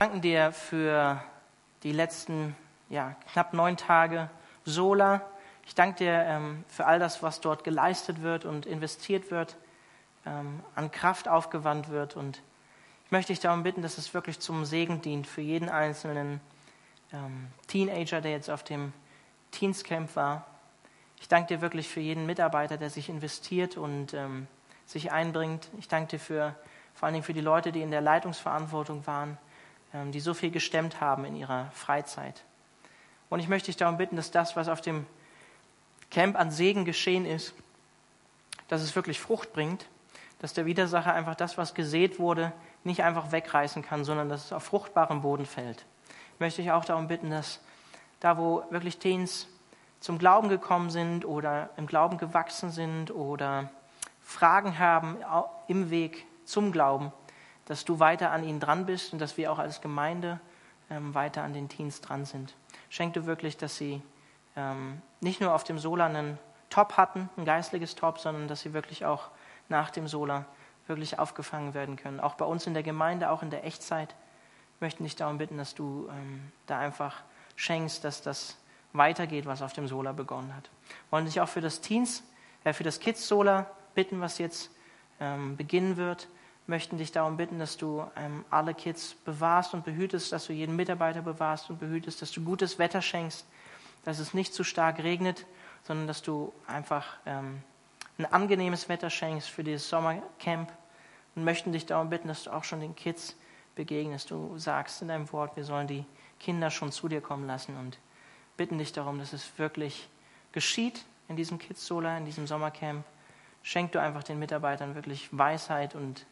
Danken dir für die letzten knapp 9 Tage Sola. Ich danke dir für all das, was dort geleistet wird und investiert wird, an Kraft aufgewandt wird. Und ich möchte dich darum bitten, dass es wirklich zum Segen dient für jeden einzelnen Teenager, der jetzt auf dem Teenscamp war. Ich danke dir wirklich für jeden Mitarbeiter, der sich investiert und sich einbringt. Ich danke dir vor allen Dingen für die Leute, die in der Leitungsverantwortung waren, die so viel gestemmt haben in ihrer Freizeit. Und ich möchte dich darum bitten, dass das, was auf dem Camp an Segen geschehen ist, dass es wirklich Frucht bringt, dass der Widersacher einfach das, was gesät wurde, nicht einfach wegreißen kann, sondern dass es auf fruchtbarem Boden fällt. Ich möchte dich auch darum bitten, dass da, wo wirklich Teens zum Glauben gekommen sind oder im Glauben gewachsen sind oder Fragen haben im Weg zum Glauben, dass du weiter an ihnen dran bist und dass wir auch als Gemeinde weiter an den Teens dran sind. Schenk du wirklich, dass sie nicht nur auf dem Sola einen Top hatten, ein geistliches Top, sondern dass sie wirklich auch nach dem Sola wirklich aufgefangen werden können. Auch bei uns in der Gemeinde, auch in der Echtzeit. Wir möchten dich darum bitten, dass du da einfach schenkst, dass das weitergeht, was auf dem Sola begonnen hat. Wir wollen dich auch für das Kids Sola bitten, was jetzt beginnen wird. Möchten dich darum bitten, dass du alle Kids bewahrst und behütest, dass du jeden Mitarbeiter bewahrst und behütest, dass du gutes Wetter schenkst, dass es nicht zu stark regnet, sondern dass du einfach ein angenehmes Wetter schenkst für dieses Sommercamp und möchten dich darum bitten, dass du auch schon den Kids begegnest. Du sagst in deinem Wort, wir sollen die Kinder schon zu dir kommen lassen und bitten dich darum, dass es wirklich geschieht in diesem Kids Sola, in diesem Sommercamp. Schenk du einfach den Mitarbeitern wirklich Weisheit und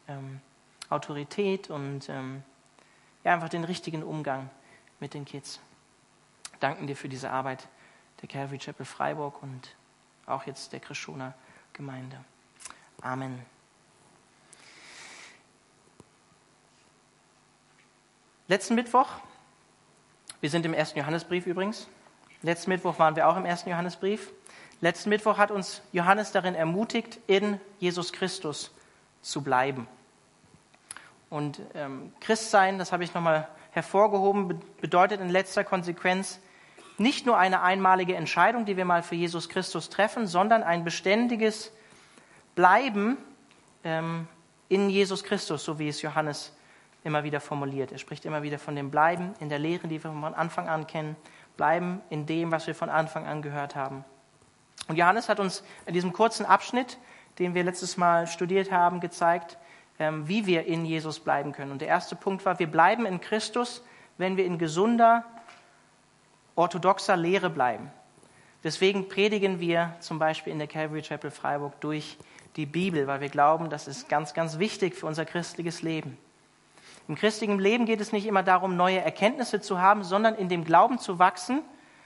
Autorität und einfach den richtigen Umgang mit den Kids. Danken dir für diese Arbeit der Calvary Chapel Freiburg und auch jetzt der Krischoner Gemeinde. Amen. Letzten Mittwoch, wir sind im 1. Johannesbrief übrigens, letzten Mittwoch waren wir auch im 1. Johannesbrief. Letzten Mittwoch hat uns Johannes darin ermutigt, in Jesus Christus zu bleiben. Und Christsein, das habe ich nochmal hervorgehoben, bedeutet in letzter Konsequenz nicht nur eine einmalige Entscheidung, die wir mal für Jesus Christus treffen, sondern ein beständiges Bleiben in Jesus Christus, so wie es Johannes immer wieder formuliert. Er spricht immer wieder von dem Bleiben in der Lehre, die wir von Anfang an kennen, Bleiben in dem, was wir von Anfang an gehört haben. Und Johannes hat uns in diesem kurzen Abschnitt, den wir letztes Mal studiert haben, gezeigt, wie wir in Jesus bleiben können. Und der erste Punkt war, wir bleiben in Christus, wenn wir in gesunder, orthodoxer Lehre bleiben. Deswegen predigen wir zum Beispiel in der Calvary Chapel Freiburg durch die Bibel, weil wir glauben, das ist ganz, ganz wichtig für unser christliches Leben. Im christlichen Leben geht es nicht immer darum, neue Erkenntnisse zu haben, sondern in dem Glauben zu wachsen,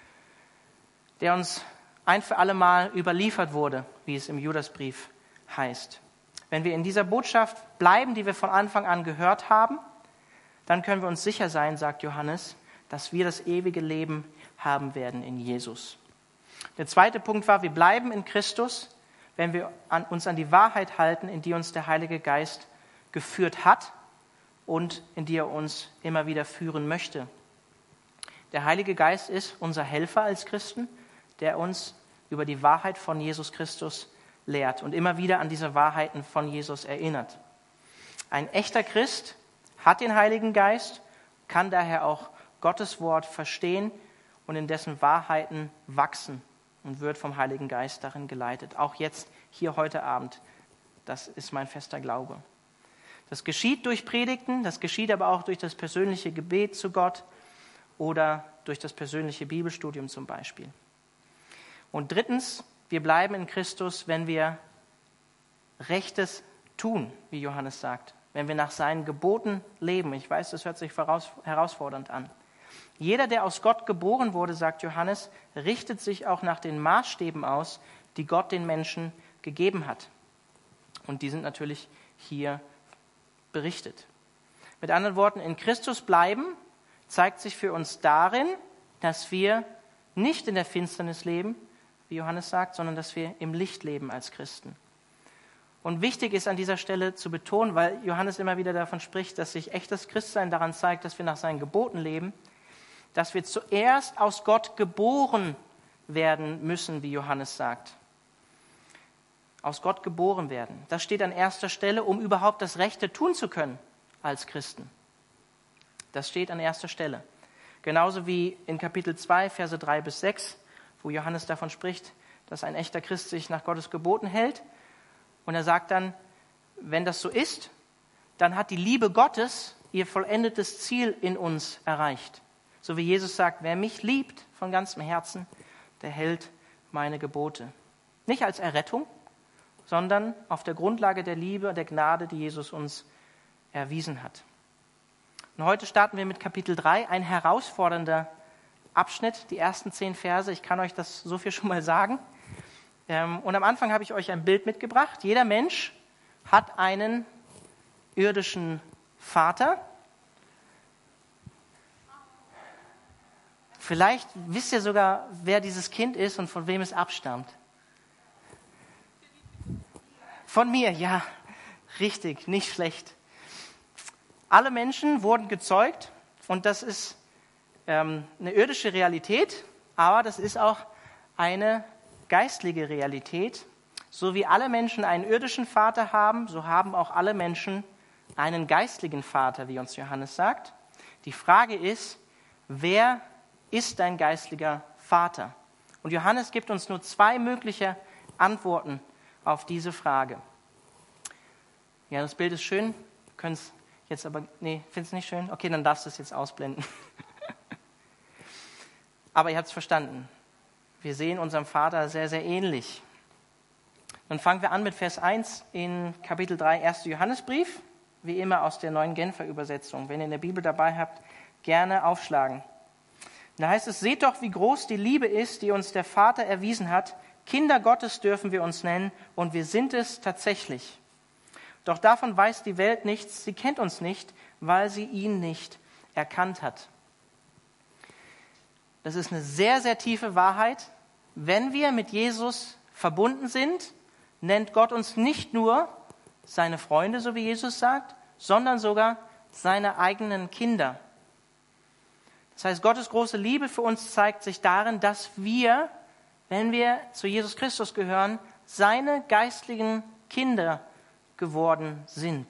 der uns ein für alle Mal überliefert wurde, wie es im Judasbrief heißt. Wenn wir in dieser Botschaft bleiben, die wir von Anfang an gehört haben, dann können wir uns sicher sein, sagt Johannes, dass wir das ewige Leben haben werden in Jesus. Der zweite Punkt war, wir bleiben in Christus, wenn wir uns an die Wahrheit halten, in die uns der Heilige Geist geführt hat und in die er uns immer wieder führen möchte. Der Heilige Geist ist unser Helfer als Christen, der uns über die Wahrheit von Jesus Christus lehrt und immer wieder an diese Wahrheiten von Jesus erinnert. Ein echter Christ hat den Heiligen Geist, kann daher auch Gottes Wort verstehen und in dessen Wahrheiten wachsen und wird vom Heiligen Geist darin geleitet. Auch jetzt, hier heute Abend, das ist mein fester Glaube. Das geschieht durch Predigten, das geschieht aber auch durch das persönliche Gebet zu Gott oder durch das persönliche Bibelstudium zum Beispiel. Und drittens, wir bleiben in Christus, wenn wir Rechtes tun, wie Johannes sagt. Wenn wir nach seinen Geboten leben. Ich weiß, das hört sich herausfordernd an. Jeder, der aus Gott geboren wurde, sagt Johannes, richtet sich auch nach den Maßstäben aus, die Gott den Menschen gegeben hat. Und die sind natürlich hier berichtet. Mit anderen Worten, in Christus bleiben zeigt sich für uns darin, dass wir nicht in der Finsternis leben, wie Johannes sagt, sondern dass wir im Licht leben als Christen. Und wichtig ist an dieser Stelle zu betonen, weil Johannes immer wieder davon spricht, dass sich echtes Christsein daran zeigt, dass wir nach seinen Geboten leben, dass wir zuerst aus Gott geboren werden müssen, wie Johannes sagt. Aus Gott geboren werden. Das steht an erster Stelle, um überhaupt das Rechte tun zu können als Christen. Das steht an erster Stelle. Genauso wie in Kapitel 2, Verse 3 bis 6, wo Johannes davon spricht, dass ein echter Christ sich nach Gottes Geboten hält. Und er sagt dann, wenn das so ist, dann hat die Liebe Gottes ihr vollendetes Ziel in uns erreicht. So wie Jesus sagt, wer mich liebt von ganzem Herzen, der hält meine Gebote. Nicht als Errettung, sondern auf der Grundlage der Liebe und der Gnade, die Jesus uns erwiesen hat. Und heute starten wir mit Kapitel 3, ein herausfordernder Abschnitt, die ersten 10 Verse. Ich kann euch das so viel schon mal sagen. Und am Anfang habe ich euch ein Bild mitgebracht. Jeder Mensch hat einen irdischen Vater. Vielleicht wisst ihr sogar, wer dieses Kind ist und von wem es abstammt. Von mir, ja, richtig, nicht schlecht. Alle Menschen wurden gezeugt und das ist eine irdische Realität, aber das ist auch eine geistliche Realität. So wie alle Menschen einen irdischen Vater haben, so haben auch alle Menschen einen geistlichen Vater, wie uns Johannes sagt. Die Frage ist, wer ist dein geistlicher Vater? Und Johannes gibt uns nur 2 mögliche Antworten auf diese Frage. Ja, das Bild ist schön. Wir können es jetzt aber, findest du nicht schön? Okay, dann darfst du es jetzt ausblenden. Aber ihr habt es verstanden. Wir sehen unserem Vater sehr, sehr ähnlich. Dann fangen wir an mit Vers 1 in Kapitel 3, 1. Johannesbrief. Wie immer aus der Neuen Genfer Übersetzung. Wenn ihr eine Bibel dabei habt, gerne aufschlagen. Da heißt es, seht doch, wie groß die Liebe ist, die uns der Vater erwiesen hat. Kinder Gottes dürfen wir uns nennen und wir sind es tatsächlich. Doch davon weiß die Welt nichts, sie kennt uns nicht, weil sie ihn nicht erkannt hat. Das ist eine sehr, sehr tiefe Wahrheit. Wenn wir mit Jesus verbunden sind, nennt Gott uns nicht nur seine Freunde, so wie Jesus sagt, sondern sogar seine eigenen Kinder. Das heißt, Gottes große Liebe für uns zeigt sich darin, dass wir, wenn wir zu Jesus Christus gehören, seine geistlichen Kinder geworden sind.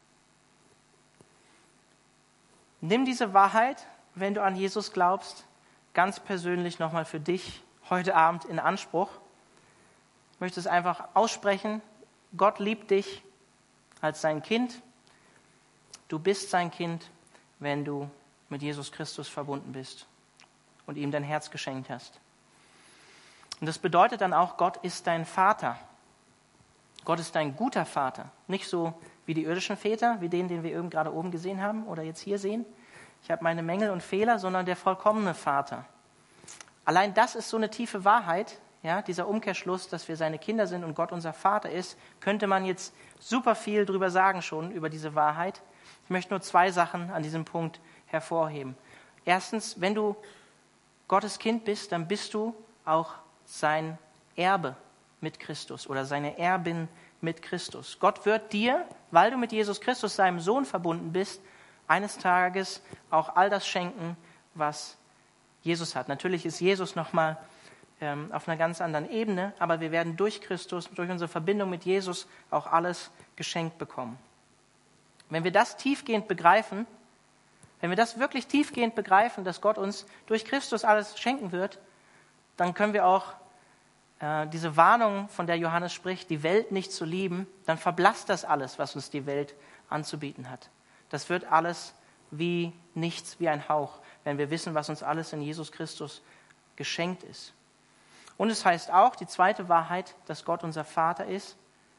Nimm diese Wahrheit, wenn du an Jesus glaubst, ganz persönlich nochmal für dich heute Abend in Anspruch. Ich möchte es einfach aussprechen. Gott liebt dich als sein Kind. Du bist sein Kind, wenn du mit Jesus Christus verbunden bist und ihm dein Herz geschenkt hast. Und das bedeutet dann auch, Gott ist dein Vater. Gott ist dein guter Vater. Nicht so wie die irdischen Väter, wie den wir eben gerade oben gesehen haben oder jetzt hier sehen. Ich habe meine Mängel und Fehler, sondern der vollkommene Vater. Allein das ist so eine tiefe Wahrheit, ja, dieser Umkehrschluss, dass wir seine Kinder sind und Gott unser Vater ist, könnte man jetzt super viel drüber sagen schon, über diese Wahrheit. Ich möchte nur 2 Sachen an diesem Punkt hervorheben. Erstens, wenn du Gottes Kind bist, dann bist du auch sein Erbe mit Christus oder seine Erbin mit Christus. Gott wird dir, weil du mit Jesus Christus, seinem Sohn, verbunden bist, eines Tages auch all das schenken, was Jesus hat. Natürlich ist Jesus nochmal auf einer ganz anderen Ebene, aber wir werden durch Christus, durch unsere Verbindung mit Jesus auch alles geschenkt bekommen. Wenn wir das tiefgehend begreifen, wenn wir das wirklich tiefgehend begreifen, dass Gott uns durch Christus alles schenken wird, dann können wir auch diese Warnung, von der Johannes spricht, die Welt nicht zu lieben, dann verblasst das alles, was uns die Welt anzubieten hat. Das wird alles wie nichts, wie ein Hauch, wenn wir wissen, was uns alles in Jesus Christus geschenkt ist. Und es heißt auch, die zweite Wahrheit, dass Gott unser Vater ist,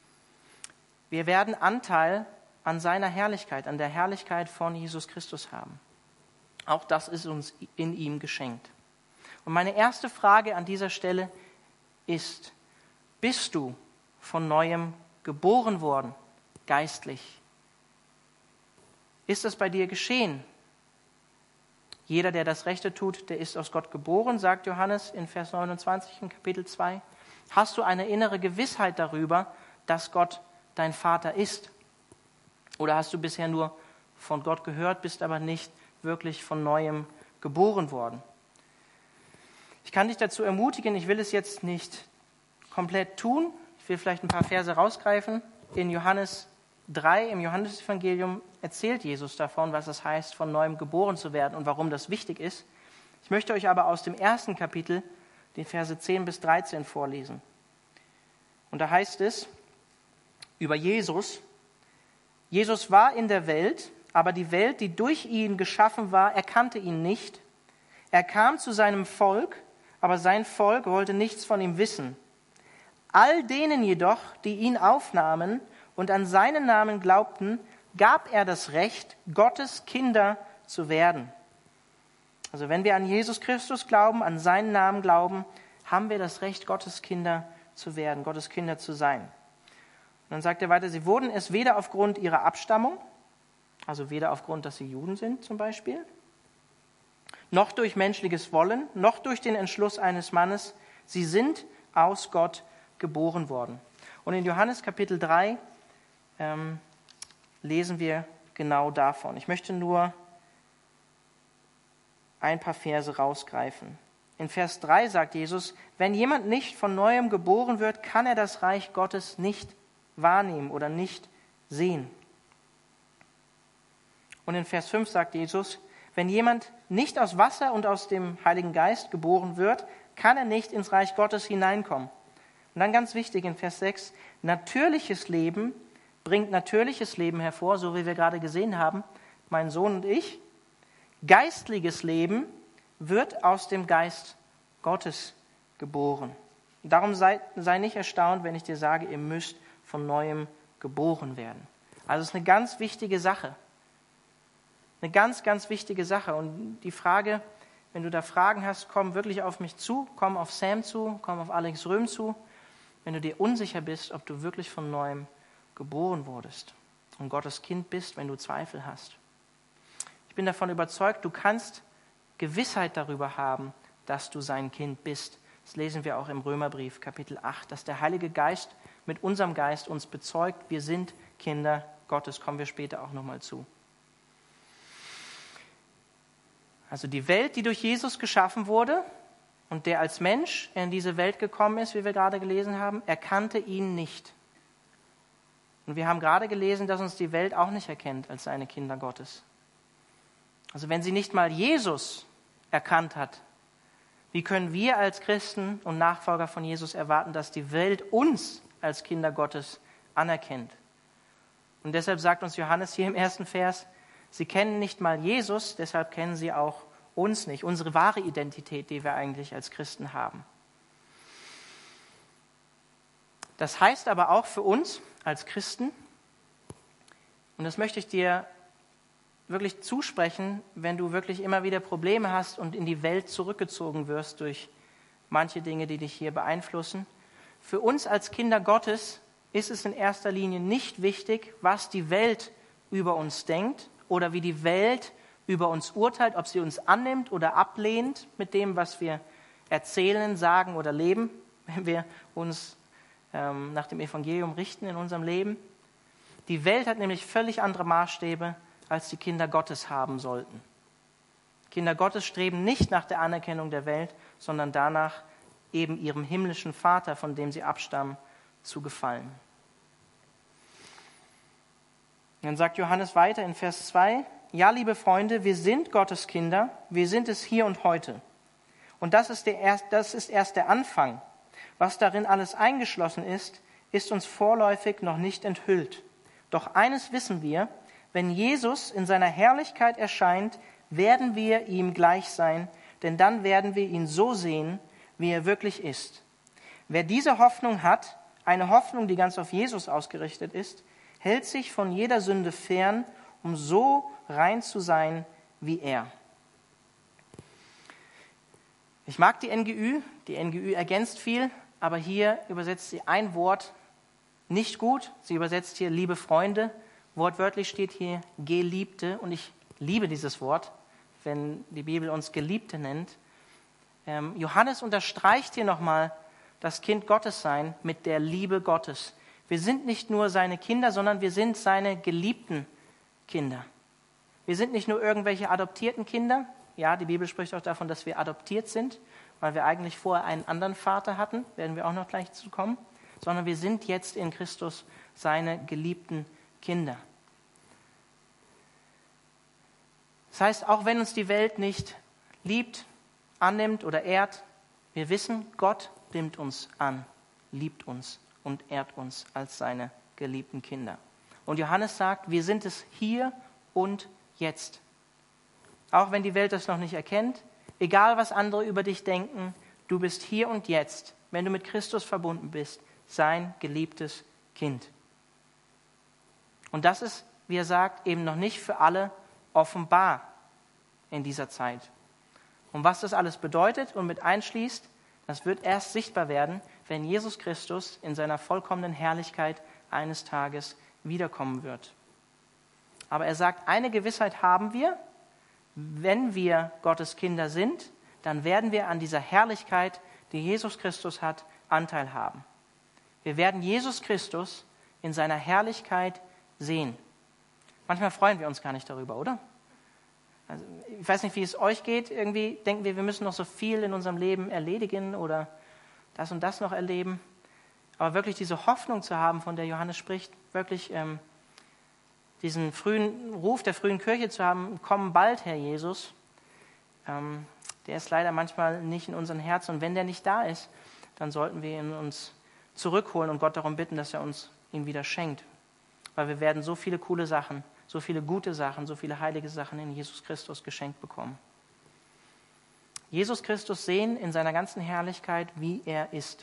wir werden Anteil an seiner Herrlichkeit, an der Herrlichkeit von Jesus Christus haben. Auch das ist uns in ihm geschenkt. Und meine erste Frage an dieser Stelle ist, bist du von Neuem geboren worden, geistlich? Ist das bei dir geschehen? Jeder, der das Rechte tut, der ist aus Gott geboren, sagt Johannes in Vers 29 in Kapitel 2. Hast du eine innere Gewissheit darüber, dass Gott dein Vater ist? Oder hast du bisher nur von Gott gehört, bist aber nicht wirklich von Neuem geboren worden? Ich kann dich dazu ermutigen, ich will es jetzt nicht komplett tun. Ich will vielleicht ein paar Verse rausgreifen. In Johannes 3, im Johannesevangelium, erzählt Jesus davon, was es heißt, von Neuem geboren zu werden und warum das wichtig ist. Ich möchte euch aber aus dem ersten Kapitel die Verse 10 bis 13 vorlesen. Und da heißt es über Jesus: Jesus war in der Welt, aber die Welt, die durch ihn geschaffen war, erkannte ihn nicht. Er kam zu seinem Volk, aber sein Volk wollte nichts von ihm wissen. All denen jedoch, die ihn aufnahmen und an seinen Namen glaubten, gab er das Recht, Gottes Kinder zu werden. Also wenn wir an Jesus Christus glauben, an seinen Namen glauben, haben wir das Recht, Gottes Kinder zu werden, Gottes Kinder zu sein. Und dann sagt er weiter, sie wurden es weder aufgrund ihrer Abstammung, also weder aufgrund, dass sie Juden sind zum Beispiel, noch durch menschliches Wollen, noch durch den Entschluss eines Mannes. Sie sind aus Gott geboren worden. Und in Johannes Kapitel 3 lesen wir genau davon. Ich möchte nur ein paar Verse rausgreifen. In Vers 3 sagt Jesus, wenn jemand nicht von Neuem geboren wird, kann er das Reich Gottes nicht wahrnehmen oder nicht sehen. Und in Vers 5 sagt Jesus, wenn jemand nicht aus Wasser und aus dem Heiligen Geist geboren wird, kann er nicht ins Reich Gottes hineinkommen. Und dann ganz wichtig in Vers 6, natürliches Leben bringt natürliches Leben hervor, so wie wir gerade gesehen haben, mein Sohn und ich. Geistliches Leben wird aus dem Geist Gottes geboren. Darum sei nicht erstaunt, wenn ich dir sage, ihr müsst von Neuem geboren werden. Also es ist eine ganz wichtige Sache. Eine ganz, ganz wichtige Sache. Und die Frage, wenn du da Fragen hast, komm wirklich auf mich zu, komm auf Sam zu, komm auf Alex Röhm zu. Wenn du dir unsicher bist, ob du wirklich von Neuem geboren wurdest und Gottes Kind bist, wenn du Zweifel hast. Ich bin davon überzeugt, du kannst Gewissheit darüber haben, dass du sein Kind bist. Das lesen wir auch im Römerbrief, Kapitel 8, dass der Heilige Geist mit unserem Geist uns bezeugt, wir sind Kinder Gottes. Kommen wir später auch nochmal zu. Also die Welt, die durch Jesus geschaffen wurde und der als Mensch in diese Welt gekommen ist, wie wir gerade gelesen haben, erkannte ihn nicht. Und wir haben gerade gelesen, dass uns die Welt auch nicht erkennt als seine Kinder Gottes. Also wenn sie nicht mal Jesus erkannt hat, wie können wir als Christen und Nachfolger von Jesus erwarten, dass die Welt uns als Kinder Gottes anerkennt? Und deshalb sagt uns Johannes hier im ersten Vers, sie kennen nicht mal Jesus, deshalb kennen sie auch uns nicht, unsere wahre Identität, die wir eigentlich als Christen haben. Das heißt aber auch für uns als Christen, und das möchte ich dir wirklich zusprechen, wenn du wirklich immer wieder Probleme hast und in die Welt zurückgezogen wirst durch manche Dinge, die dich hier beeinflussen. Für uns als Kinder Gottes ist es in erster Linie nicht wichtig, was die Welt über uns denkt oder wie die Welt über uns urteilt, ob sie uns annimmt oder ablehnt mit dem, was wir erzählen, sagen oder leben, wenn wir uns nach dem Evangelium richten in unserem Leben. Die Welt hat nämlich völlig andere Maßstäbe, als die Kinder Gottes haben sollten. Kinder Gottes streben nicht nach der Anerkennung der Welt, sondern danach, eben ihrem himmlischen Vater, von dem sie abstammen, zu gefallen. Und dann sagt Johannes weiter in Vers 2, ja, liebe Freunde, wir sind Gottes Kinder, wir sind es hier und heute. Und das ist erst der Anfang. Was darin alles eingeschlossen ist, ist uns vorläufig noch nicht enthüllt. Doch eines wissen wir, wenn Jesus in seiner Herrlichkeit erscheint, werden wir ihm gleich sein, denn dann werden wir ihn so sehen, wie er wirklich ist. Wer diese Hoffnung hat, eine Hoffnung, die ganz auf Jesus ausgerichtet ist, hält sich von jeder Sünde fern, um so rein zu sein wie er. Ich mag die NGÜ ergänzt viel, aber hier übersetzt sie ein Wort nicht gut. Sie übersetzt hier liebe Freunde. Wortwörtlich steht hier Geliebte und ich liebe dieses Wort, wenn die Bibel uns Geliebte nennt. Johannes unterstreicht hier nochmal das Kind Gottes sein mit der Liebe Gottes. Wir sind nicht nur seine Kinder, sondern wir sind seine geliebten Kinder. Wir sind nicht nur irgendwelche adoptierten Kinder. Ja, die Bibel spricht auch davon, dass wir adoptiert sind, weil wir eigentlich vorher einen anderen Vater hatten, werden wir auch noch gleich zu kommen, sondern wir sind jetzt in Christus seine geliebten Kinder. Das heißt, auch wenn uns die Welt nicht liebt, annimmt oder ehrt, wir wissen, Gott nimmt uns an, liebt uns und ehrt uns als seine geliebten Kinder. Und Johannes sagt, wir sind es hier und jetzt. Auch wenn die Welt das noch nicht erkennt, egal was andere über dich denken, du bist hier und jetzt, wenn du mit Christus verbunden bist, sein geliebtes Kind. Und das ist, wie er sagt, eben noch nicht für alle offenbar in dieser Zeit. Und was das alles bedeutet und mit einschließt, das wird erst sichtbar werden, wenn Jesus Christus in seiner vollkommenen Herrlichkeit eines Tages wiederkommen wird. Aber er sagt, eine Gewissheit haben wir: Wenn wir Gottes Kinder sind, dann werden wir an dieser Herrlichkeit, die Jesus Christus hat, Anteil haben. Wir werden Jesus Christus in seiner Herrlichkeit sehen. Manchmal freuen wir uns gar nicht darüber, oder? Also, ich weiß nicht, wie es euch geht. Irgendwie denken wir müssen noch so viel in unserem Leben erledigen oder das und das noch erleben. Aber wirklich diese Hoffnung zu haben, von der Johannes spricht, wirklich diesen frühen Ruf der frühen Kirche zu haben, komm bald, Herr Jesus, der ist leider manchmal nicht in unseren Herzen. Und wenn der nicht da ist, dann sollten wir ihn uns zurückholen und Gott darum bitten, dass er uns ihn wieder schenkt. Weil wir werden so viele coole Sachen, so viele gute Sachen, so viele heilige Sachen in Jesus Christus geschenkt bekommen. Jesus Christus sehen in seiner ganzen Herrlichkeit, wie er ist.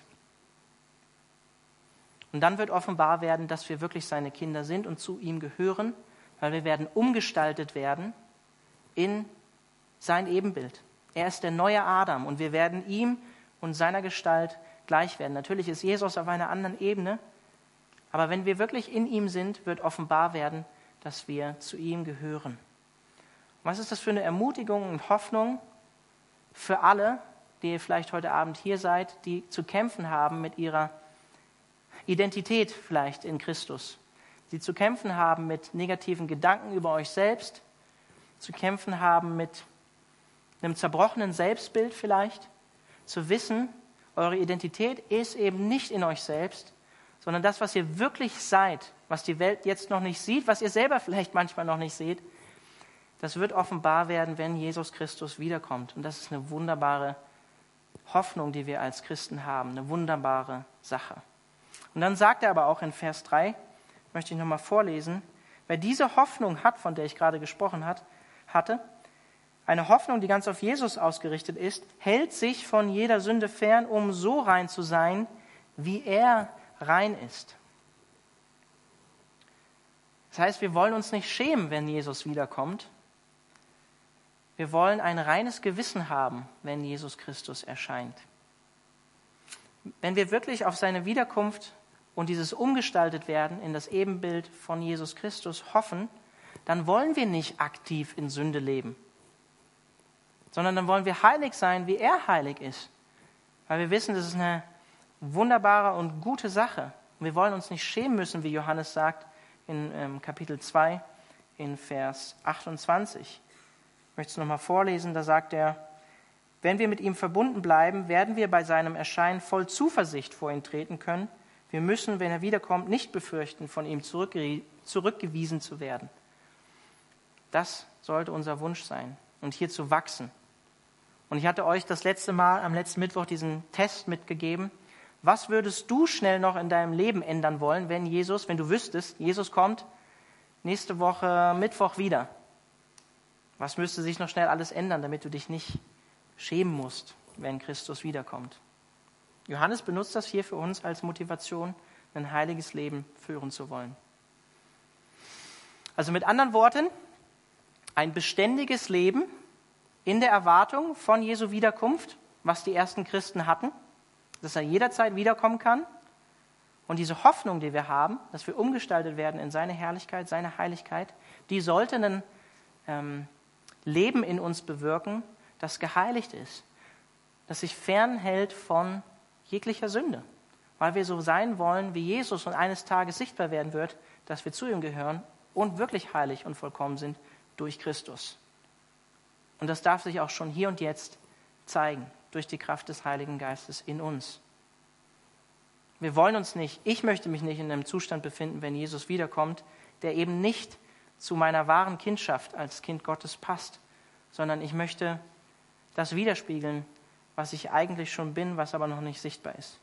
Und dann wird offenbar werden, dass wir wirklich seine Kinder sind und zu ihm gehören, weil wir werden umgestaltet werden in sein Ebenbild. Er ist der neue Adam und wir werden ihm und seiner Gestalt gleich werden. Natürlich ist Jesus auf einer anderen Ebene, aber wenn wir wirklich in ihm sind, wird offenbar werden, dass wir zu ihm gehören. Was ist das für eine Ermutigung und Hoffnung für alle, die ihr vielleicht heute Abend hier seid, die zu kämpfen haben mit ihrer Identität vielleicht in Christus, die zu kämpfen haben mit negativen Gedanken über euch selbst, zu kämpfen haben mit einem zerbrochenen Selbstbild vielleicht, zu wissen, eure Identität ist eben nicht in euch selbst, sondern das, was ihr wirklich seid, was die Welt jetzt noch nicht sieht, was ihr selber vielleicht manchmal noch nicht seht, das wird offenbar werden, wenn Jesus Christus wiederkommt. Und das ist eine wunderbare Hoffnung, die wir als Christen haben, eine wunderbare Sache. Und dann sagt er aber auch in Vers 3, möchte ich nochmal vorlesen, wer diese Hoffnung hat, von der ich gerade gesprochen hatte, eine Hoffnung, die ganz auf Jesus ausgerichtet ist, hält sich von jeder Sünde fern, um so rein zu sein, wie er rein ist. Das heißt, wir wollen uns nicht schämen, wenn Jesus wiederkommt. Wir wollen ein reines Gewissen haben, wenn Jesus Christus erscheint. Wenn wir wirklich auf seine Wiederkunft und dieses umgestaltet werden in das Ebenbild von Jesus Christus hoffen, dann wollen wir nicht aktiv in Sünde leben, sondern dann wollen wir heilig sein, wie er heilig ist. Weil wir wissen, das ist eine wunderbare und gute Sache. Und wir wollen uns nicht schämen müssen, wie Johannes sagt in Kapitel 2 in Vers 28. Ich möchte es nochmal vorlesen, da sagt er, wenn wir mit ihm verbunden bleiben, werden wir bei seinem Erscheinen voll Zuversicht vor ihn treten können. Wir müssen, wenn er wiederkommt, nicht befürchten, von ihm zurückgewiesen zu werden. Das sollte unser Wunsch sein und hier zu wachsen. Und ich hatte euch das letzte Mal, am letzten Mittwoch, diesen Test mitgegeben. Was würdest du schnell noch in deinem Leben ändern wollen, wenn du wüsstest, Jesus kommt nächste Woche Mittwoch wieder? Was müsste sich noch schnell alles ändern, damit du dich nicht schämen musst, wenn Christus wiederkommt? Johannes benutzt das hier für uns als Motivation, ein heiliges Leben führen zu wollen. Also mit anderen Worten, ein beständiges Leben in der Erwartung von Jesu Wiederkunft, was die ersten Christen hatten, dass er jederzeit wiederkommen kann. Und diese Hoffnung, die wir haben, dass wir umgestaltet werden in seine Herrlichkeit, seine Heiligkeit, die sollte ein Leben in uns bewirken, das geheiligt ist, das sich fernhält von jeglicher Sünde. weil wir so sein wollen wie Jesus und eines Tages sichtbar werden wird, dass wir zu ihm gehören und wirklich heilig und vollkommen sind durch Christus. Und das darf sich auch schon hier und jetzt zeigen, durch die Kraft des Heiligen Geistes in uns. Wir wollen uns nicht, ich möchte mich nicht in einem Zustand befinden, wenn Jesus wiederkommt, der eben nicht zu meiner wahren Kindschaft als Kind Gottes passt, sondern ich möchte das widerspiegeln, was ich eigentlich schon bin, was aber noch nicht sichtbar ist.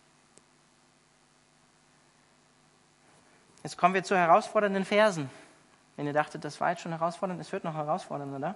Jetzt kommen wir zu herausfordernden Versen. Wenn ihr dachtet, das war jetzt schon herausfordernd, es wird noch herausfordernder.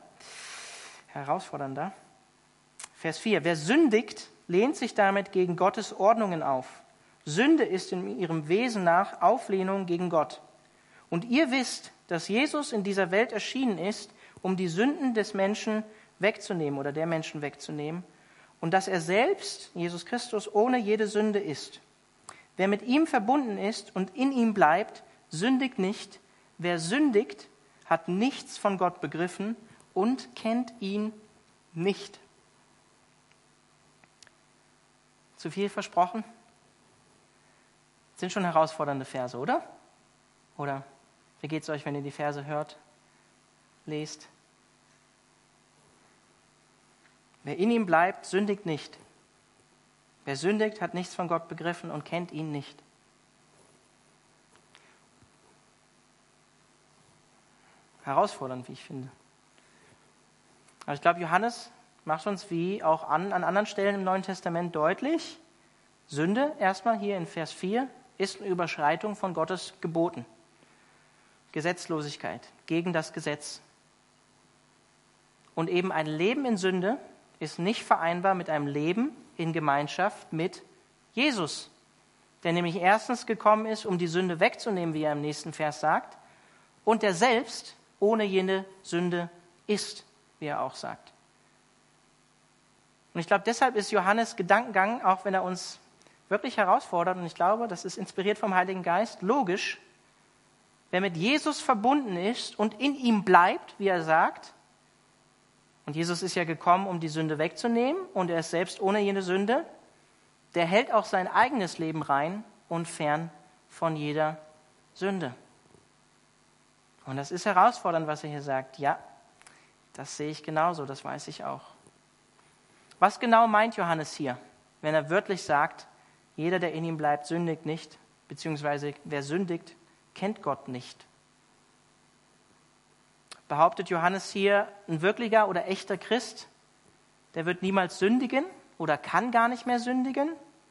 Vers 4. Wer sündigt, lehnt sich damit gegen Gottes Ordnungen auf. Sünde ist in ihrem Wesen nach Auflehnung gegen Gott. Und ihr wisst, dass Jesus in dieser Welt erschienen ist, um die Sünden des Menschen wegzunehmen oder der Menschen wegzunehmen und dass er selbst, Jesus Christus, ohne jede Sünde ist. Wer mit ihm verbunden ist und in ihm bleibt, sündigt nicht. Wer sündigt, hat nichts von Gott begriffen und kennt ihn nicht. Zu viel versprochen? Das sind schon herausfordernde Verse, oder? Oder wie geht es euch, wenn ihr die Verse hört, lest? Wer in ihm bleibt, sündigt nicht. Wer sündigt, hat nichts von Gott begriffen und kennt ihn nicht. Herausfordernd, wie ich finde. Aber ich glaube, Johannes macht uns wie auch an anderen Stellen im Neuen Testament deutlich, Sünde, erstmal hier in Vers 4, ist eine Überschreitung von Gottes Geboten. Gesetzlosigkeit, gegen das Gesetz. Und eben ein Leben in Sünde ist nicht vereinbar mit einem Leben in Gemeinschaft mit Jesus, der nämlich erstens gekommen ist, um die Sünde wegzunehmen, wie er im nächsten Vers sagt, und der selbst ohne jene Sünde ist, wie er auch sagt. Und ich glaube, deshalb ist Johannes Gedankengang, auch wenn er uns wirklich herausfordert, und ich glaube, das ist inspiriert vom Heiligen Geist, logisch. Wer mit Jesus verbunden ist und in ihm bleibt, wie er sagt, und Jesus ist ja gekommen, um die Sünde wegzunehmen, und er ist selbst ohne jene Sünde, der hält auch sein eigenes Leben rein und fern von jeder Sünde. Und das ist herausfordernd, was er hier sagt. Ja, das sehe ich genauso, das weiß ich auch. Was genau meint Johannes hier, wenn er wörtlich sagt, jeder, der in ihm bleibt, sündigt nicht, beziehungsweise wer sündigt, kennt Gott nicht? Behauptet Johannes hier, ein wirklicher oder echter Christ, der wird niemals sündigen oder kann gar nicht mehr sündigen?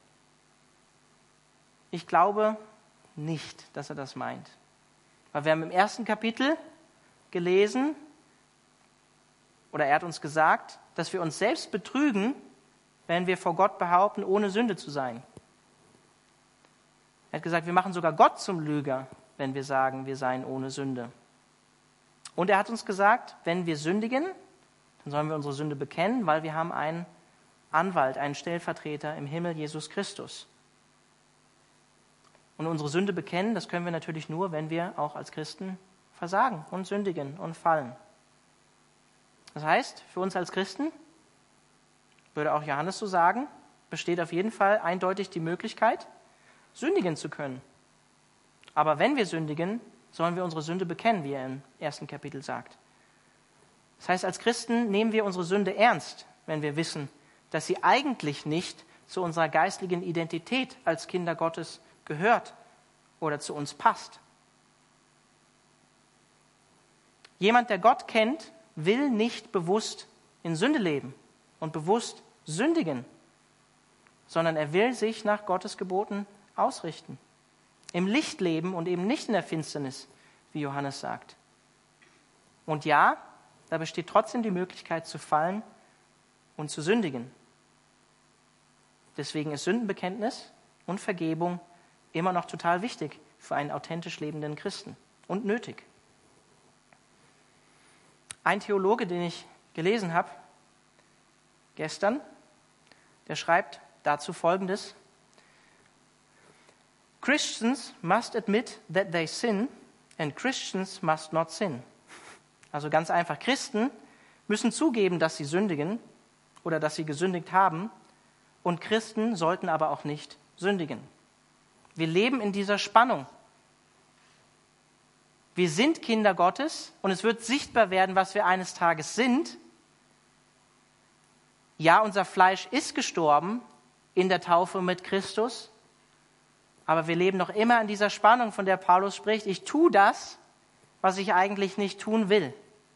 Ich glaube nicht, dass er das meint. Weil wir haben im ersten Kapitel gelesen, oder er hat uns gesagt, dass wir uns selbst betrügen, wenn wir vor Gott behaupten, ohne Sünde zu sein. Er hat gesagt, wir machen sogar Gott zum Lüger, wenn wir sagen, wir seien ohne Sünde. Und er hat uns gesagt, wenn wir sündigen, dann sollen wir unsere Sünde bekennen, weil wir haben einen Anwalt, einen Stellvertreter im Himmel, Jesus Christus. Und unsere Sünde bekennen, das können wir natürlich nur, wenn wir auch als Christen versagen und sündigen und fallen. Das heißt, für uns als Christen, würde auch Johannes so sagen, besteht auf jeden Fall eindeutig die Möglichkeit, sündigen zu können. Aber wenn wir sündigen, sollen wir unsere Sünde bekennen, wie er im ersten Kapitel sagt. Das heißt, als Christen nehmen wir unsere Sünde ernst, wenn wir wissen, dass sie eigentlich nicht zu unserer geistlichen Identität als Kinder Gottes gehört oder zu uns passt. Jemand, der Gott kennt, will nicht bewusst in Sünde leben und bewusst sündigen, sondern er will sich nach Gottes Geboten ausrichten. Im Licht leben und eben nicht in der Finsternis, wie Johannes sagt. Und ja, da besteht trotzdem die Möglichkeit zu fallen und zu sündigen. Deswegen ist Sündenbekenntnis und Vergebung immer noch total wichtig für einen authentisch lebenden Christen und nötig. Ein Theologe, den ich gelesen habe gestern, der schreibt dazu Folgendes: Christians must admit that they sin and Christians must not sin. Also ganz einfach, Christen müssen zugeben, dass sie sündigen oder dass sie gesündigt haben, und Christen sollten aber auch nicht sündigen. Wir leben in dieser Spannung. Wir sind Kinder Gottes und es wird sichtbar werden, was wir eines Tages sind. Ja, unser Fleisch ist gestorben in der Taufe mit Christus, aber wir leben noch immer in dieser Spannung, von der Paulus spricht. Ich tue das, was ich eigentlich nicht tun will.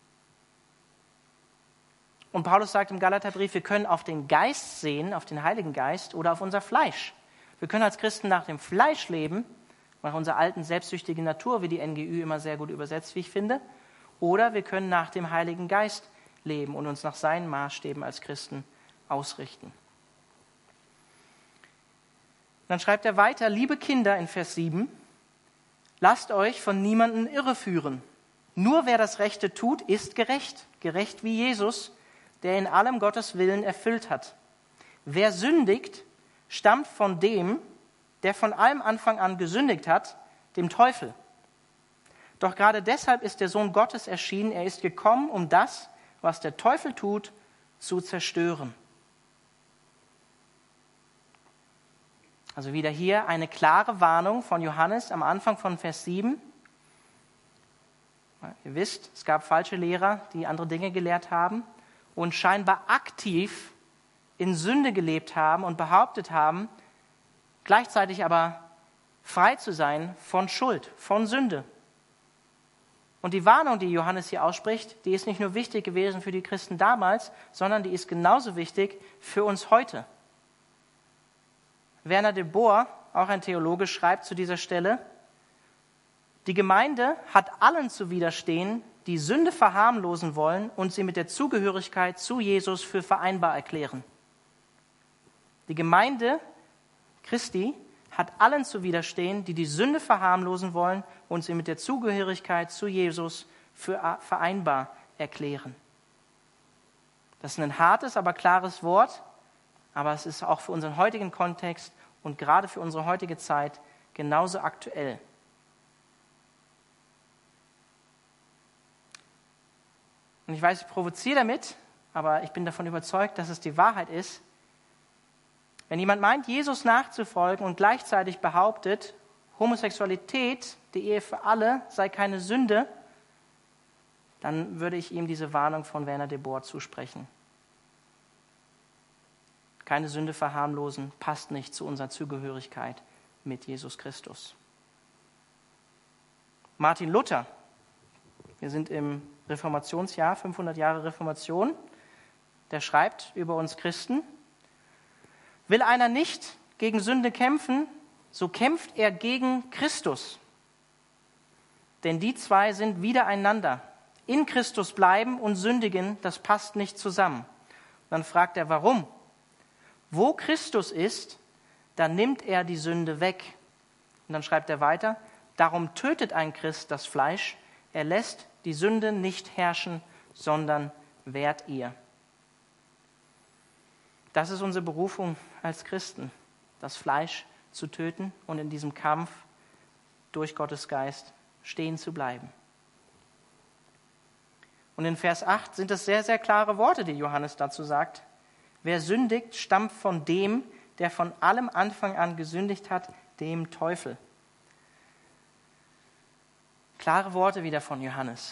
Und Paulus sagt im Galaterbrief, wir können auf den Geist sehen, auf den Heiligen Geist oder auf unser Fleisch. Wir können als Christen nach dem Fleisch leben, nach unserer alten selbstsüchtigen Natur, wie die NGÜ immer sehr gut übersetzt, wie ich finde. Oder wir können nach dem Heiligen Geist leben und uns nach seinen Maßstäben als Christen ausrichten. Dann schreibt er weiter, liebe Kinder in Vers 7, lasst euch von niemandem irreführen. Nur wer das Rechte tut, ist gerecht. Gerecht wie Jesus, der in allem Gottes Willen erfüllt hat. Wer sündigt, stammt von dem, der von allem Anfang an gesündigt hat, dem Teufel. Doch gerade deshalb ist der Sohn Gottes erschienen. Er ist gekommen, um das, was der Teufel tut, zu zerstören. Also wieder hier eine klare Warnung von Johannes am Anfang von Vers 7. Ihr wisst, es gab falsche Lehrer, die andere Dinge gelehrt haben und scheinbar aktiv in Sünde gelebt haben und behauptet haben, gleichzeitig aber frei zu sein von Schuld, von Sünde. Und die Warnung, die Johannes hier ausspricht, die ist nicht nur wichtig gewesen für die Christen damals, sondern die ist genauso wichtig für uns heute. Werner de Boer, auch ein Theologe, schreibt zu dieser Stelle, die Gemeinde hat allen zu widerstehen, die Sünde verharmlosen wollen und sie mit der Zugehörigkeit zu Jesus für vereinbar erklären. Die Gemeinde Christi hat allen zu widerstehen, die die Sünde verharmlosen wollen und sie mit der Zugehörigkeit zu Jesus für vereinbar erklären. Das ist ein hartes, aber klares Wort, aber es ist auch für unseren heutigen Kontext und gerade für unsere heutige Zeit genauso aktuell. Und ich weiß, ich provoziere damit, aber ich bin davon überzeugt, dass es die Wahrheit ist. Wenn jemand meint, Jesus nachzufolgen und gleichzeitig behauptet, Homosexualität, die Ehe für alle, sei keine Sünde, dann würde ich ihm diese Warnung von Werner de Boer zusprechen. Keine Sünde verharmlosen, passt nicht zu unserer Zugehörigkeit mit Jesus Christus. Martin Luther, wir sind im Reformationsjahr, 500 Jahre Reformation, der schreibt über uns Christen, will einer nicht gegen Sünde kämpfen, so kämpft er gegen Christus. Denn die zwei sind widereinander. In Christus bleiben und sündigen, das passt nicht zusammen. Und dann fragt er, warum? Wo Christus ist, da nimmt er die Sünde weg. Und dann schreibt er weiter, darum tötet ein Christ das Fleisch, er lässt die Sünde nicht herrschen, sondern wehrt ihr. Das ist unsere Berufung als Christen, das Fleisch zu töten und in diesem Kampf durch Gottes Geist stehen zu bleiben. Und in Vers 8 sind es sehr, sehr klare Worte, die Johannes dazu sagt. Wer sündigt, stammt von dem, der von allem Anfang an gesündigt hat, dem Teufel. Klare Worte wieder von Johannes.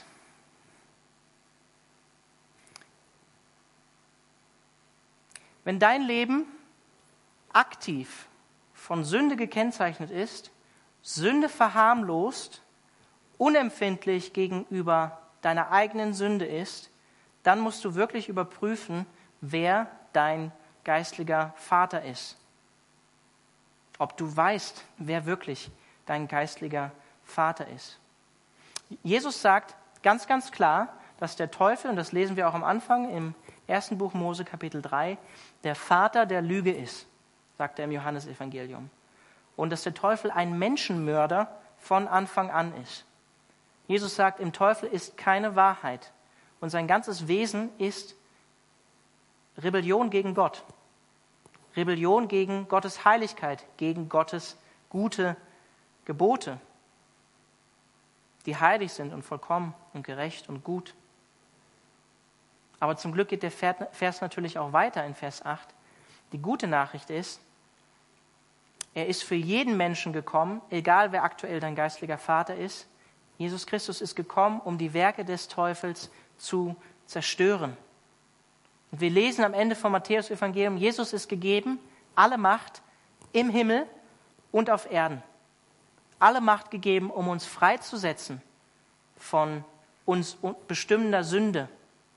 Wenn dein Leben aktiv von Sünde gekennzeichnet ist, Sünde verharmlost, unempfindlich gegenüber deiner eigenen Sünde ist, dann musst du wirklich überprüfen, wer dein geistlicher Vater ist. Ob du weißt, wer wirklich dein geistlicher Vater ist. Jesus sagt ganz, ganz klar, dass der Teufel, und das lesen wir auch am Anfang im 1. Buch Mose, Kapitel 3, der Vater der Lüge ist, sagt er im Johannesevangelium. Und dass der Teufel ein Menschenmörder von Anfang an ist. Jesus sagt, im Teufel ist keine Wahrheit. Und sein ganzes Wesen ist Rebellion gegen Gott. Rebellion gegen Gottes Heiligkeit, gegen Gottes gute Gebote, die heilig sind und vollkommen und gerecht und gut. Aber zum Glück geht der Vers natürlich auch weiter in Vers 8. Die gute Nachricht ist, Er ist für jeden Menschen gekommen, egal wer aktuell dein geistlicher Vater ist. Jesus Christus ist gekommen, um die Werke des Teufels zu zerstören. Und wir lesen am Ende vom Matthäus-Evangelium, Jesus ist gegeben, alle Macht im Himmel und auf Erden. Alle Macht gegeben, um uns freizusetzen von uns bestimmender Sünde.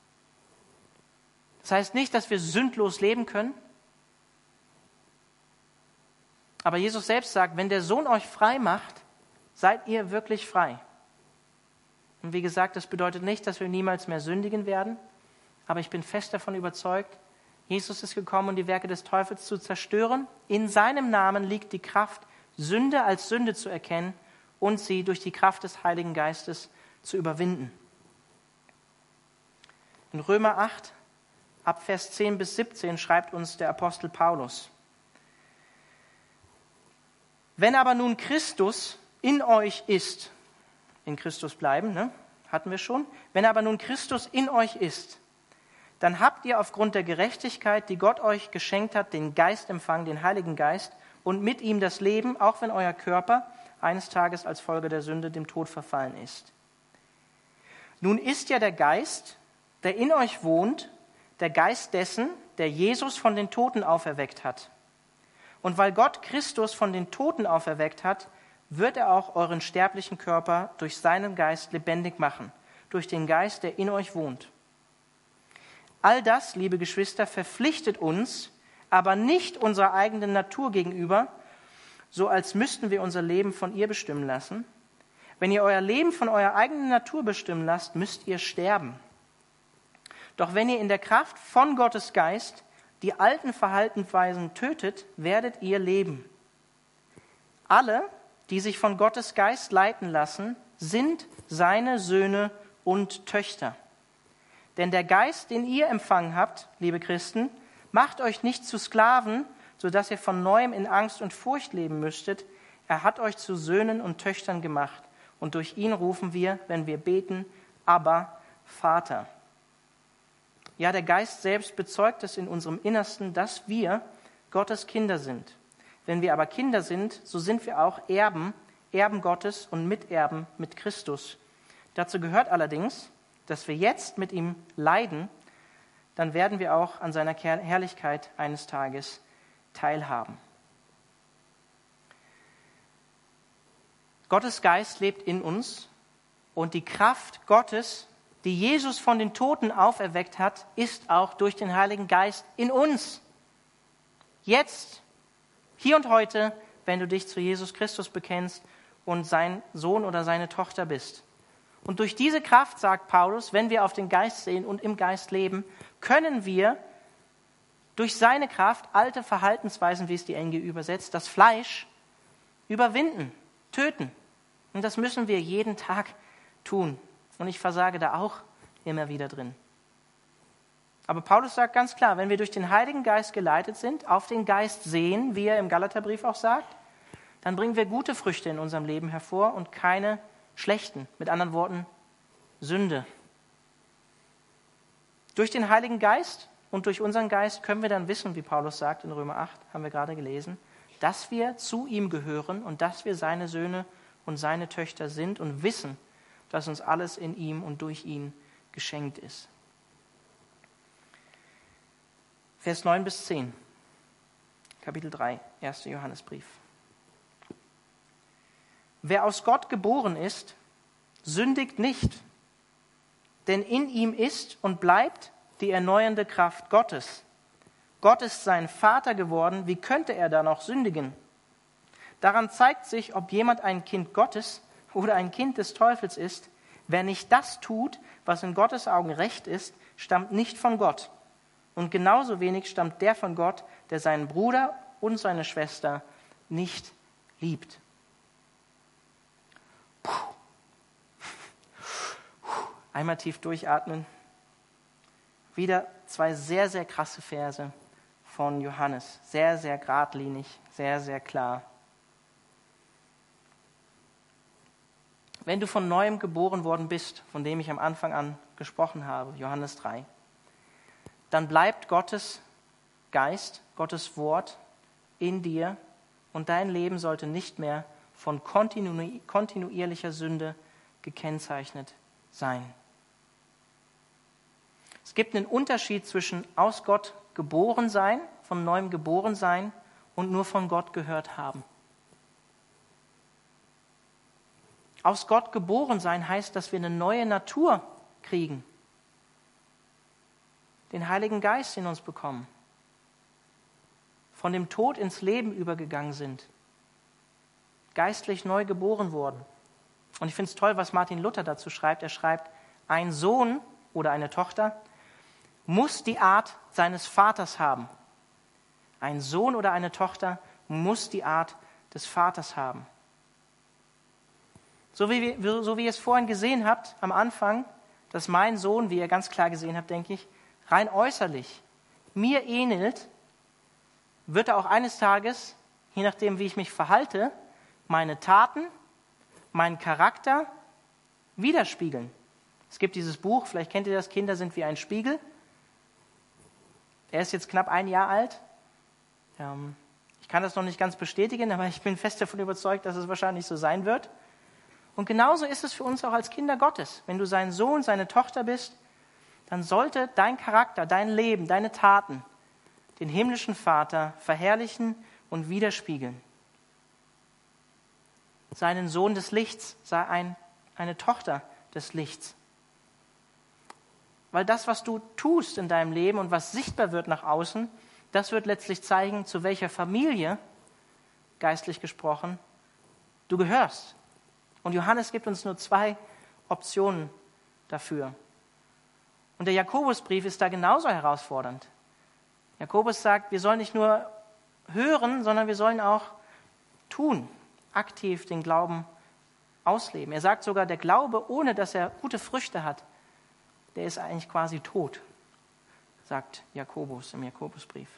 Das heißt nicht, dass wir sündlos leben können. Aber Jesus selbst sagt, wenn der Sohn euch frei macht, seid ihr wirklich frei. Und wie gesagt, das bedeutet nicht, dass wir niemals mehr sündigen werden. Aber ich bin fest davon überzeugt, Jesus ist gekommen, um die Werke des Teufels zu zerstören. In seinem Namen liegt die Kraft, Sünde als Sünde zu erkennen und sie durch die Kraft des Heiligen Geistes zu überwinden. In Römer 8, ab Vers 10 bis 17 schreibt uns der Apostel Paulus: Wenn aber nun Christus in euch ist, in Christus bleiben, ne? Hatten wir schon. Wenn aber nun Christus in euch ist, dann habt ihr aufgrund der Gerechtigkeit, die Gott euch geschenkt hat, den Geist empfangen, den Heiligen Geist, und mit ihm das Leben, auch wenn euer Körper eines Tages als Folge der Sünde dem Tod verfallen ist. Nun ist ja der Geist, der in euch wohnt, der Geist dessen, der Jesus von den Toten auferweckt hat. Und weil Gott Christus von den Toten auferweckt hat, wird er auch euren sterblichen Körper durch seinen Geist lebendig machen, durch den Geist, der in euch wohnt. All das, liebe Geschwister, verpflichtet uns, aber nicht unserer eigenen Natur gegenüber, so als müssten wir unser Leben von ihr bestimmen lassen. Wenn ihr euer Leben von eurer eigenen Natur bestimmen lasst, müsst ihr sterben. Doch wenn ihr in der Kraft von Gottes Geist die alten Verhaltensweisen tötet, werdet ihr leben. Alle, die sich von Gottes Geist leiten lassen, sind seine Söhne und Töchter. Denn der Geist, den ihr empfangen habt, liebe Christen, macht euch nicht zu Sklaven, sodass ihr von neuem in Angst und Furcht leben müsstet. Er hat euch zu Söhnen und Töchtern gemacht. Und durch ihn rufen wir, wenn wir beten, Abba, Vater. Ja, der Geist selbst bezeugt es in unserem Innersten, dass wir Gottes Kinder sind. Wenn wir aber Kinder sind, so sind wir auch Erben, Erben Gottes und Miterben mit Christus. Dazu gehört allerdings, dass wir jetzt mit ihm leiden, dann werden wir auch an seiner Herrlichkeit eines Tages teilhaben. Gottes Geist lebt in uns und die Kraft Gottes, die Jesus von den Toten auferweckt hat, ist auch durch den Heiligen Geist in uns. Jetzt, hier und heute, wenn du dich zu Jesus Christus bekennst und sein Sohn oder seine Tochter bist. Und durch diese Kraft, sagt Paulus, wenn wir auf den Geist sehen und im Geist leben, können wir durch seine Kraft alte Verhaltensweisen, wie es die NG übersetzt, das Fleisch überwinden, töten. Und das müssen wir jeden Tag tun. Und ich versage da auch immer wieder drin. Aber Paulus sagt ganz klar, wenn wir durch den Heiligen Geist geleitet sind, auf den Geist sehen, wie er im Galaterbrief auch sagt, dann bringen wir gute Früchte in unserem Leben hervor und keine schlechten. Mit anderen Worten, Sünde. Durch den Heiligen Geist und durch unseren Geist können wir dann wissen, wie Paulus sagt in Römer 8, haben wir gerade gelesen, dass wir zu ihm gehören und dass wir seine Söhne und seine Töchter sind und wissen, dass uns alles in ihm und durch ihn geschenkt ist. Vers 9 bis 10, Kapitel 3, 1. Johannesbrief. Wer aus Gott geboren ist, sündigt nicht, denn in ihm ist und bleibt die erneuernde Kraft Gottes. Gott ist sein Vater geworden, wie könnte er da noch sündigen? Daran zeigt sich, ob jemand ein Kind Gottes oder ein Kind des Teufels ist. Wer nicht das tut, was in Gottes Augen recht ist, stammt nicht von Gott. Und genauso wenig stammt der von Gott, der seinen Bruder und seine Schwester nicht liebt. Einmal tief durchatmen. Wieder zwei sehr, sehr krasse Verse von Johannes. Sehr, sehr geradlinig, sehr, sehr klar. Wenn du von Neuem geboren worden bist, von dem ich am Anfang an gesprochen habe, Johannes 3, dann bleibt Gottes Geist, Gottes Wort in dir und dein Leben sollte nicht mehr von kontinuierlicher Sünde gekennzeichnet sein. Es gibt einen Unterschied zwischen aus Gott geboren sein, von neuem geboren sein und nur von Gott gehört haben. Aus Gott geboren sein heißt, dass wir eine neue Natur kriegen, den Heiligen Geist in uns bekommen, von dem Tod ins Leben übergegangen sind, geistlich neu geboren wurden. Und ich finde es toll, was Martin Luther dazu schreibt. Er schreibt, ein Sohn oder eine Tochter muss die Art seines Vaters haben. Ein Sohn oder eine Tochter muss die Art des Vaters haben. So wie ihr es vorhin gesehen habt am Anfang, dass mein Sohn, wie ihr ganz klar gesehen habt, denke ich, rein äußerlich mir ähnelt, wird er auch eines Tages, je nachdem, wie ich mich verhalte, meine Taten, meinen Charakter widerspiegeln. Es gibt dieses Buch, vielleicht kennt ihr das, Kinder sind wie ein Spiegel. Er ist jetzt knapp 1 Jahr alt. Ich kann das noch nicht ganz bestätigen, aber ich bin fest davon überzeugt, dass es wahrscheinlich so sein wird. Und genauso ist es für uns auch als Kinder Gottes. Wenn du sein Sohn, seine Tochter bist, dann sollte dein Charakter, dein Leben, deine Taten den himmlischen Vater verherrlichen und widerspiegeln. Sei ein Sohn des Lichts, sei eine Tochter des Lichts. Weil das, was du tust in deinem Leben und was sichtbar wird nach außen, das wird letztlich zeigen, zu welcher Familie, geistlich gesprochen, du gehörst. Und Johannes gibt uns nur 2 Optionen dafür. Und der Jakobusbrief ist da genauso herausfordernd. Jakobus sagt, wir sollen nicht nur hören, sondern wir sollen auch tun, aktiv den Glauben ausleben. Er sagt sogar, der Glaube, ohne dass er gute Früchte hat, der ist eigentlich quasi tot, sagt Jakobus im Jakobusbrief.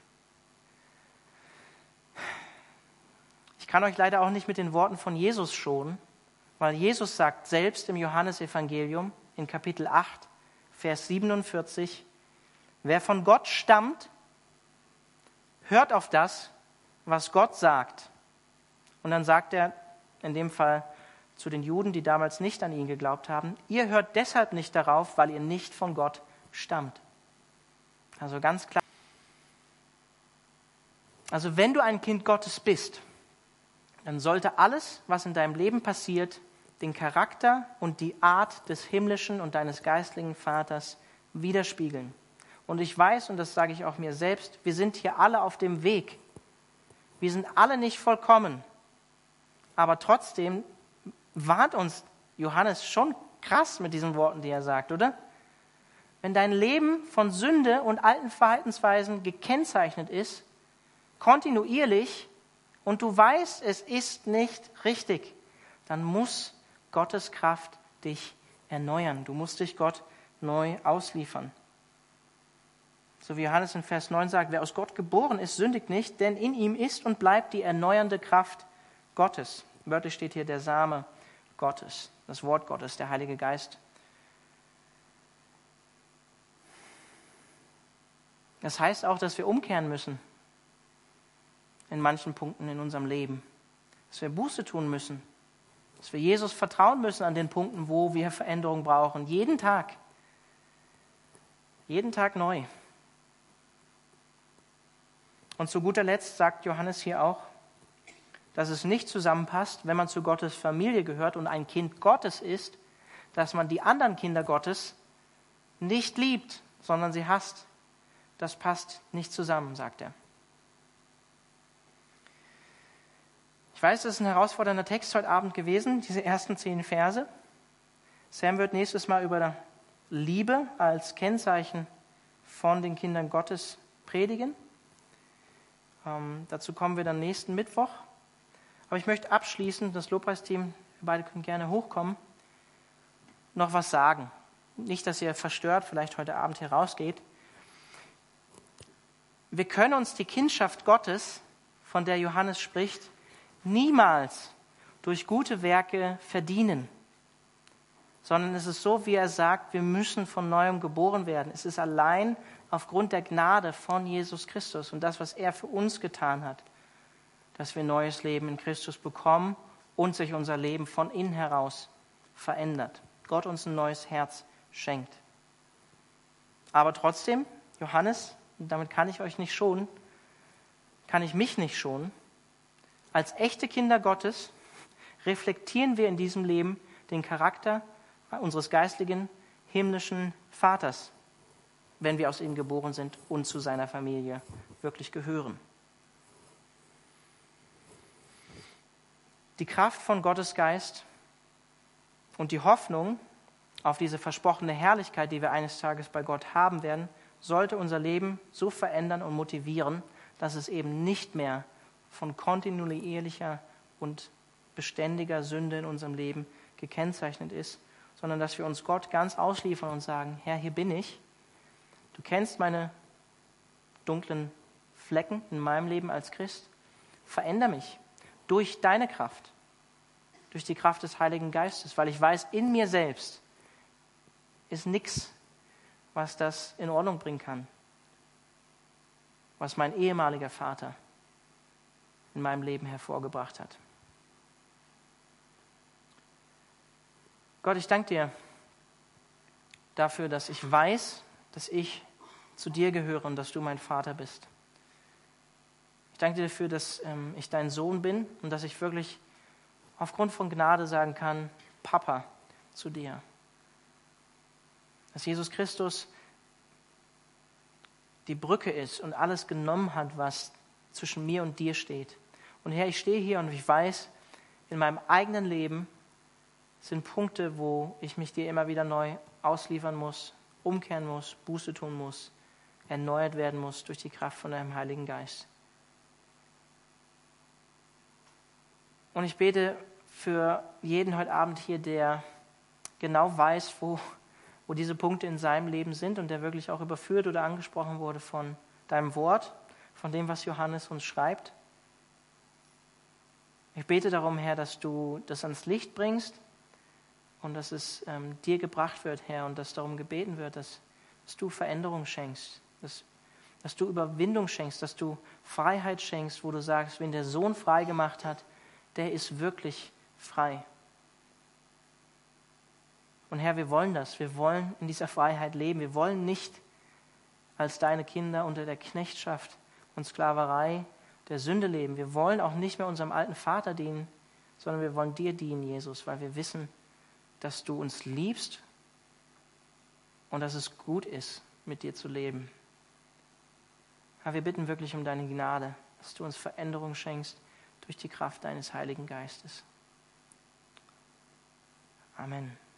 Ich kann euch leider auch nicht mit den Worten von Jesus schonen, weil Jesus sagt selbst im Johannesevangelium in Kapitel 8, Vers 47, wer von Gott stammt, hört auf das, was Gott sagt. Und dann sagt er in dem Fall zu den Juden, die damals nicht an ihn geglaubt haben, ihr hört deshalb nicht darauf, weil ihr nicht von Gott stammt. Also ganz klar. Also wenn du ein Kind Gottes bist, dann sollte alles, was in deinem Leben passiert, den Charakter und die Art des himmlischen und deines geistlichen Vaters widerspiegeln. Und ich weiß, und das sage ich auch mir selbst, wir sind hier alle auf dem Weg. Wir sind alle nicht vollkommen. Aber trotzdem warnt uns Johannes schon krass mit diesen Worten, die er sagt, oder? Wenn dein Leben von Sünde und alten Verhaltensweisen gekennzeichnet ist, kontinuierlich, und du weißt, es ist nicht richtig, dann muss Gottes Kraft dich erneuern. Du musst dich Gott neu ausliefern. So wie Johannes in Vers 9 sagt, wer aus Gott geboren ist, sündigt nicht, denn in ihm ist und bleibt die erneuernde Kraft Gottes. Wörtlich steht hier der Same Gottes, das Wort Gottes, der Heilige Geist. Das heißt auch, dass wir umkehren müssen in manchen Punkten in unserem Leben. Dass wir Buße tun müssen. Dass wir Jesus vertrauen müssen an den Punkten, wo wir Veränderung brauchen. Jeden Tag. Jeden Tag neu. Und zu guter Letzt sagt Johannes hier auch, dass es nicht zusammenpasst, wenn man zu Gottes Familie gehört und ein Kind Gottes ist, dass man die anderen Kinder Gottes nicht liebt, sondern sie hasst. Das passt nicht zusammen, sagt er. Ich weiß, das ist ein herausfordernder Text heute Abend gewesen, diese ersten 10 Verse. Sam wird nächstes Mal über Liebe als Kennzeichen von den Kindern Gottes predigen. Dazu kommen wir dann nächsten Mittwoch. Aber ich möchte abschließend, das Lobpreisteam, wir beide können gerne hochkommen, noch was sagen. Nicht, dass ihr verstört vielleicht heute Abend hier rausgeht. Wir können uns die Kindschaft Gottes, von der Johannes spricht, niemals durch gute Werke verdienen, sondern es ist so, wie er sagt, wir müssen von Neuem geboren werden. Es ist allein aufgrund der Gnade von Jesus Christus und das, was er für uns getan hat. dass wir neues Leben in Christus bekommen und sich unser Leben von innen heraus verändert. Gott uns ein neues Herz schenkt. Aber trotzdem, Johannes, und damit kann ich euch nicht schonen, kann ich mich nicht schonen, als echte Kinder Gottes reflektieren wir in diesem Leben den Charakter unseres geistlichen, himmlischen Vaters, wenn wir aus ihm geboren sind und zu seiner Familie wirklich gehören. Die Kraft von Gottes Geist und die Hoffnung auf diese versprochene Herrlichkeit, die wir eines Tages bei Gott haben werden, sollte unser Leben so verändern und motivieren, dass es eben nicht mehr von kontinuierlicher und beständiger Sünde in unserem Leben gekennzeichnet ist, sondern dass wir uns Gott ganz ausliefern und sagen, Herr, hier bin ich. Du kennst meine dunklen Flecken in meinem Leben als Christ. Veränder mich durch deine Kraft, durch die Kraft des Heiligen Geistes, weil ich weiß, in mir selbst ist nichts, was das in Ordnung bringen kann, was mein ehemaliger Vater in meinem Leben hervorgebracht hat. Gott, ich danke dir dafür, dass ich weiß, dass ich zu dir gehöre und dass du mein Vater bist. Ich danke dir dafür, dass ich dein Sohn bin und dass ich wirklich aufgrund von Gnade sagen kann, Papa zu dir. Dass Jesus Christus die Brücke ist und alles genommen hat, was zwischen mir und dir steht. Und Herr, ich stehe hier und ich weiß, in meinem eigenen Leben sind Punkte, wo ich mich dir immer wieder neu ausliefern muss, umkehren muss, Buße tun muss, erneuert werden muss durch die Kraft von deinem Heiligen Geist. Und ich bete für jeden heute Abend hier, der genau weiß, wo diese Punkte in seinem Leben sind und der wirklich auch überführt oder angesprochen wurde von deinem Wort, von dem, was Johannes uns schreibt. Ich bete darum, Herr, dass du das ans Licht bringst und dass es dir gebracht wird, Herr, und dass darum gebeten wird, dass du Veränderung schenkst, dass du Überwindung schenkst, dass du Freiheit schenkst, wo du sagst, wen der Sohn frei gemacht hat, der ist wirklich frei. Und Herr, wir wollen das. Wir wollen in dieser Freiheit leben. Wir wollen nicht als deine Kinder unter der Knechtschaft und Sklaverei der Sünde leben. Wir wollen auch nicht mehr unserem alten Vater dienen, sondern wir wollen dir dienen, Jesus, weil wir wissen, dass du uns liebst und dass es gut ist, mit dir zu leben. Herr, wir bitten wirklich um deine Gnade, dass du uns Veränderung schenkst durch die Kraft deines Heiligen Geistes. Amen.